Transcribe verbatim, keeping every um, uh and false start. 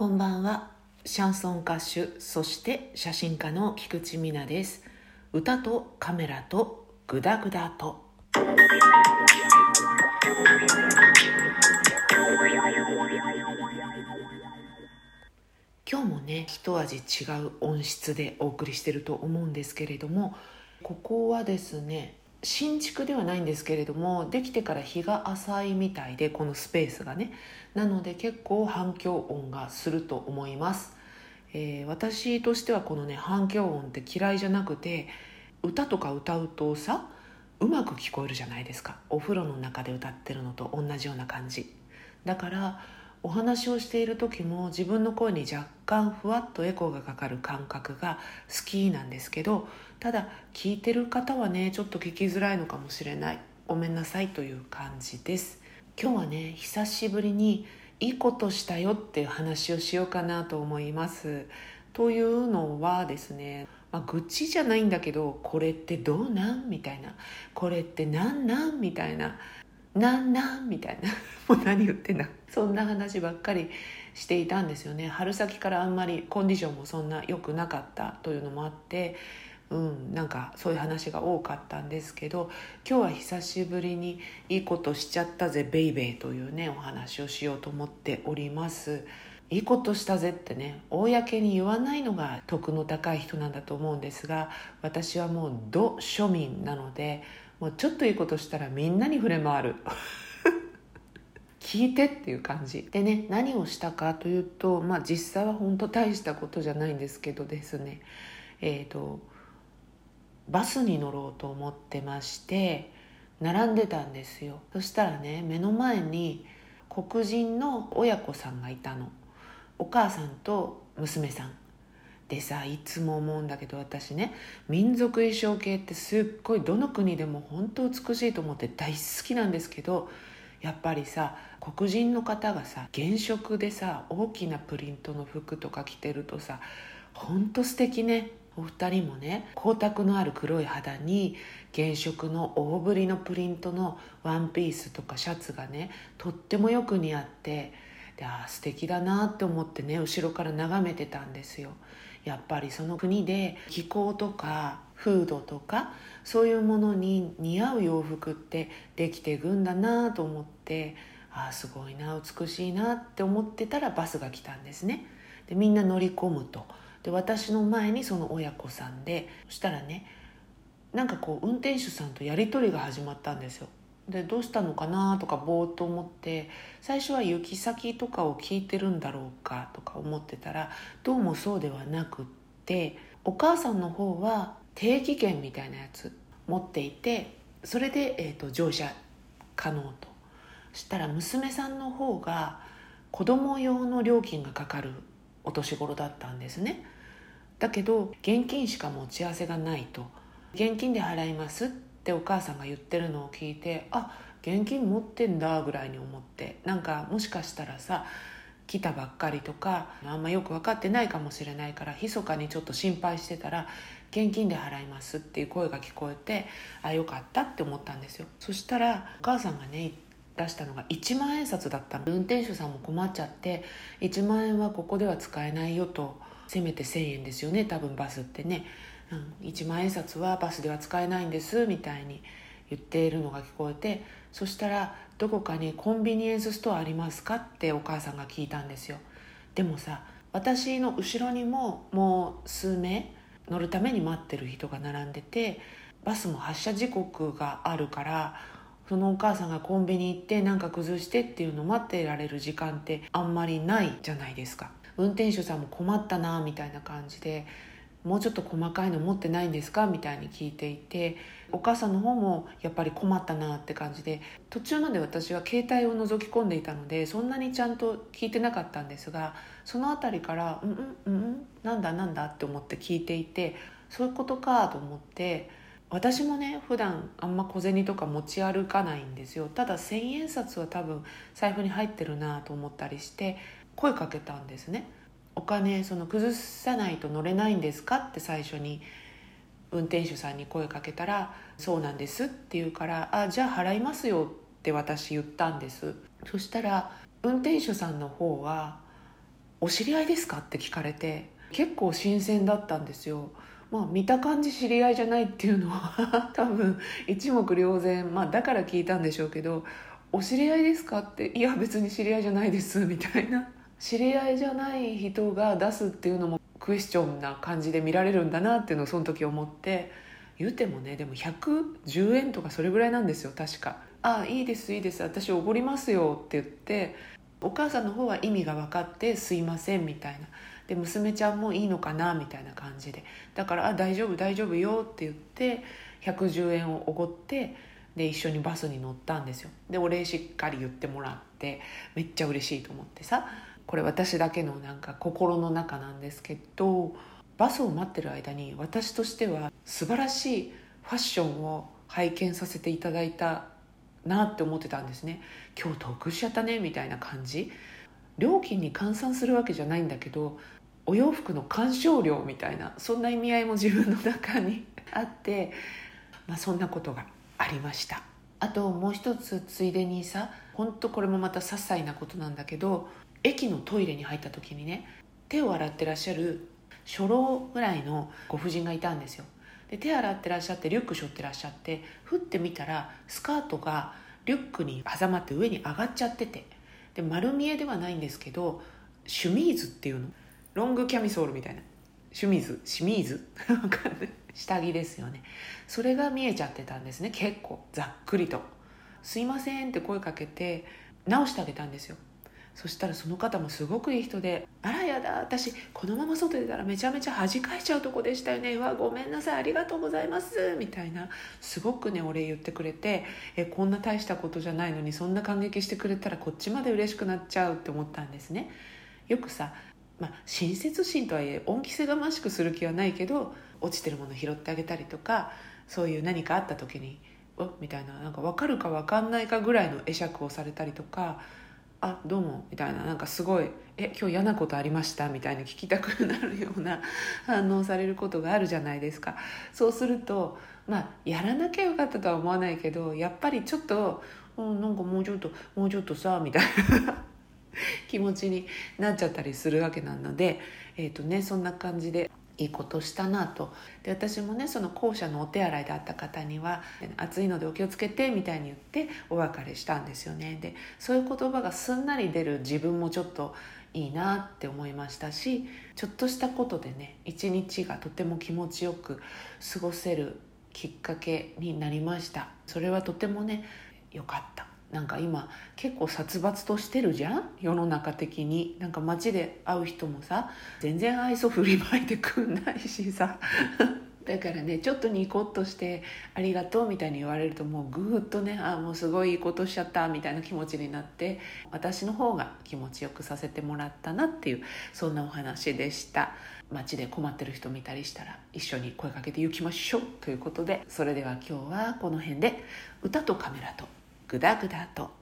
こんばんは。シャンソン歌手、そして写真家の菊池美奈です。歌とカメラとグダグダと。今日もね、一味違う音質でお送りしてると思うんですけれども、ここはですね、新築ではないんですけれども、できてから日が浅いみたいで、このスペースがね、なので結構反響音がすると思います。えー、私としてはこのね反響音って嫌いじゃなくて、歌とか歌うとさうまく聞こえるじゃないですか。お風呂の中で歌ってるのと同じような感じだから、お話をしている時も自分の声に若干ふわっとエコーがかかる感覚が好きなんですけど、ただ聞いてる方はねちょっと聞きづらいのかもしれない。ごめんなさいという感じです。今日はね久しぶりにいいことしたよっていう話をしようかなと思います。というのはですね、まあ、愚痴じゃないんだけど、これってどうなんみたいな、これってなんなんみたいな、なんなんみたいなもう何言ってんだ、そんな話ばっかりしていたんですよね。春先からあんまりコンディションもそんな良くなかったというのもあって、うん、なんかそういう話が多かったんですけど、今日は久しぶりにいいことしちゃったぜベイベーというねお話をしようと思っております。いいことしたぜってね公に言わないのが徳の高い人なんだと思うんですが、私はもうど庶民なので、もうちょっといいことしたらみんなに触れ回る聞いてっていう感じでね。何をしたかというと、まあ実際は本当大したことじゃないんですけどですね、えっとバスに乗ろうと思ってまして、並んでたんですよ。そしたらね目の前に黒人の親子さんがいたの。お母さんと娘さんでさ、いつも思うんだけど、私ね民族衣装系ってすっごいどの国でも本当美しいと思って大好きなんですけど、やっぱりさ黒人の方がさ原色でさ大きなプリントの服とか着てるとさ本当素敵ね。お二人もね光沢のある黒い肌に原色の大ぶりのプリントのワンピースとかシャツがねとってもよく似合って、であ素敵だなって思ってね後ろから眺めてたんですよ。やっぱりその国で気候とか風土とかそういうものに似合う洋服ってできていくんだなと思って、ああすごいな美しいなって思ってたらバスが来たんですね。でみんな乗り込むと、で私の前にその親子さんで、そしたらねなんかこう運転手さんとやり取りが始まったんですよ。でどうしたのかなとかぼーっと思って、最初は行き先とかを聞いてるんだろうかとか思ってたら、どうもそうではなくって、お母さんの方は定期券みたいなやつ持っていて、それで、えーと、乗車可能と。そしたら娘さんの方が子供用の料金がかかるお年頃だったんですね。だけど現金しか持ち合わせがないと。現金で払いますってお母さんが言ってるのを聞いて、あ現金持ってんだぐらいに思って、なんかもしかしたらさ来たばっかりとかあんまよく分かってないかもしれないから、密かにちょっと心配してたら現金で払いますっていう声が聞こえて、あよかったって思ったんですよ。そしたらお母さんがね出したのがいちまん円札だったの。運転手さんも困っちゃって、いちまん円はここでは使えないよと、せめてせんえんですよね多分バスってね、うん、いちまん円札はバスでは使えないんですみたいに言っているのが聞こえて、そしたらどこかにコンビニエンスストアありますかってお母さんが聞いたんですよ。でもさ私の後ろにももう数名乗るために待ってる人が並んでて、バスも発車時刻があるから、そのお母さんがコンビニ行ってなんか崩してっていうのを待ってられる時間ってあんまりないじゃないですか。運転手さんも困ったなみたいな感じで、もうちょっと細かいの持ってないんですかみたいに聞いていて、お母さんの方もやっぱり困ったなって感じで、途中まで私は携帯を覗き込んでいたのでそんなにちゃんと聞いてなかったんですが、そのあたりからうんうんうんうんなんだなんだって思って聞いていて、そういうことかと思って、私もね普段あんま小銭とか持ち歩かないんですよ。ただ千円札は多分財布に入ってるなと思ったりして声かけたんですね。お金その崩さないと乗れないんですかって最初に運転手さんに声かけたら、そうなんですって言うから、あじゃあ払いますよって私言ったんです。そしたら運転手さんの方はお知り合いですかって聞かれて、結構新鮮だったんですよ。まあ、見た感じ知り合いじゃないっていうのは多分一目瞭然、まあ、だから聞いたんでしょうけど、お知り合いですかって、いや別に知り合いじゃないですみたいな、知り合いじゃない人が出すっていうのもクエスチョンな感じで見られるんだなっていうのをその時思って、言うてもね、でもひゃくじゅうえんとかそれぐらいなんですよ確か。ああいいですいいです、私おごりますよって言って、お母さんの方は意味が分かってすいませんみたいな、で娘ちゃんもいいのかなみたいな感じで、だからあ大丈夫大丈夫よって言ってひゃくじゅうえんをおごって、で一緒にバスに乗ったんですよ。でお礼しっかり言ってもらって、めっちゃ嬉しいと思ってさ、これ私だけのなんか心の中なんですけど、バスを待ってる間に私としては素晴らしいファッションを拝見させていただいたなって思ってたんですね。今日得しちゃったねみたいな感じ。料金に換算するわけじゃないんだけど、お洋服の鑑賞料みたいな、そんな意味合いも自分の中にあって、まあ、そんなことがありました。あともう一つついでにさ、本当これもまた些細なことなんだけど、駅のトイレに入った時にね、手を洗ってらっしゃる初老ぐらいのご婦人がいたんですよ。で手洗ってらっしゃってリュック背負ってらっしゃって、ふって見たらスカートがリュックに挟まって上に上がっちゃってて、で丸見えではないんですけど、シュミーズっていうの、ロングキャミソールみたいな、シュミーズシミーズわかんない、下着ですよね。それが見えちゃってたんですね、結構ざっくりと。すいませんって声かけて直してあげたんですよ。そしたらその方もすごくいい人で、あらやだ私このまま外出たらめちゃめちゃ恥かいちゃうとこでしたよね、うわごめんなさいありがとうございますみたいな、すごくねお礼言ってくれて、えこんな大したことじゃないのにそんな感激してくれたらこっちまで嬉しくなっちゃうって思ったんですね。よくさ、まあ、親切心とはいえ恩着せがましくする気はないけど、落ちてるもの拾ってあげたりとか、そういう何かあった時におみたいな、なんか分かるか分かんないかぐらいの会釈をされたりとか、あどうもみたいな、なんかすごいえ今日嫌なことありましたみたいな聞きたくなるような反応されることがあるじゃないですか。そうするとまあやらなきゃよかったとは思わないけど、やっぱりちょっと、うん、なんかもうちょっともうちょっとさみたいな気持ちになっちゃったりするわけなので、えーとね、そんな感じでいいことしたなと。で私もねその校舎のお手洗いであった方には暑いのでお気をつけてみたいに言ってお別れしたんですよね。でそういう言葉がすんなり出る自分もちょっといいなって思いましたし、ちょっとしたことでね一日がとても気持ちよく過ごせるきっかけになりました。それはとてもね良かった。なんか今結構殺伐としてるじゃん世の中的に。なんか街で会う人もさ全然愛想振りまいてくんないしさだからねちょっとニコッとしてありがとうみたいに言われるともうぐーっとね、あもうすごいいいことしちゃったみたいな気持ちになって、私の方が気持ちよくさせてもらったなっていう、そんなお話でした。街で困ってる人見たりしたら一緒に声かけて行きましょうということで、それでは今日はこの辺で、歌とカメラとグダグダと。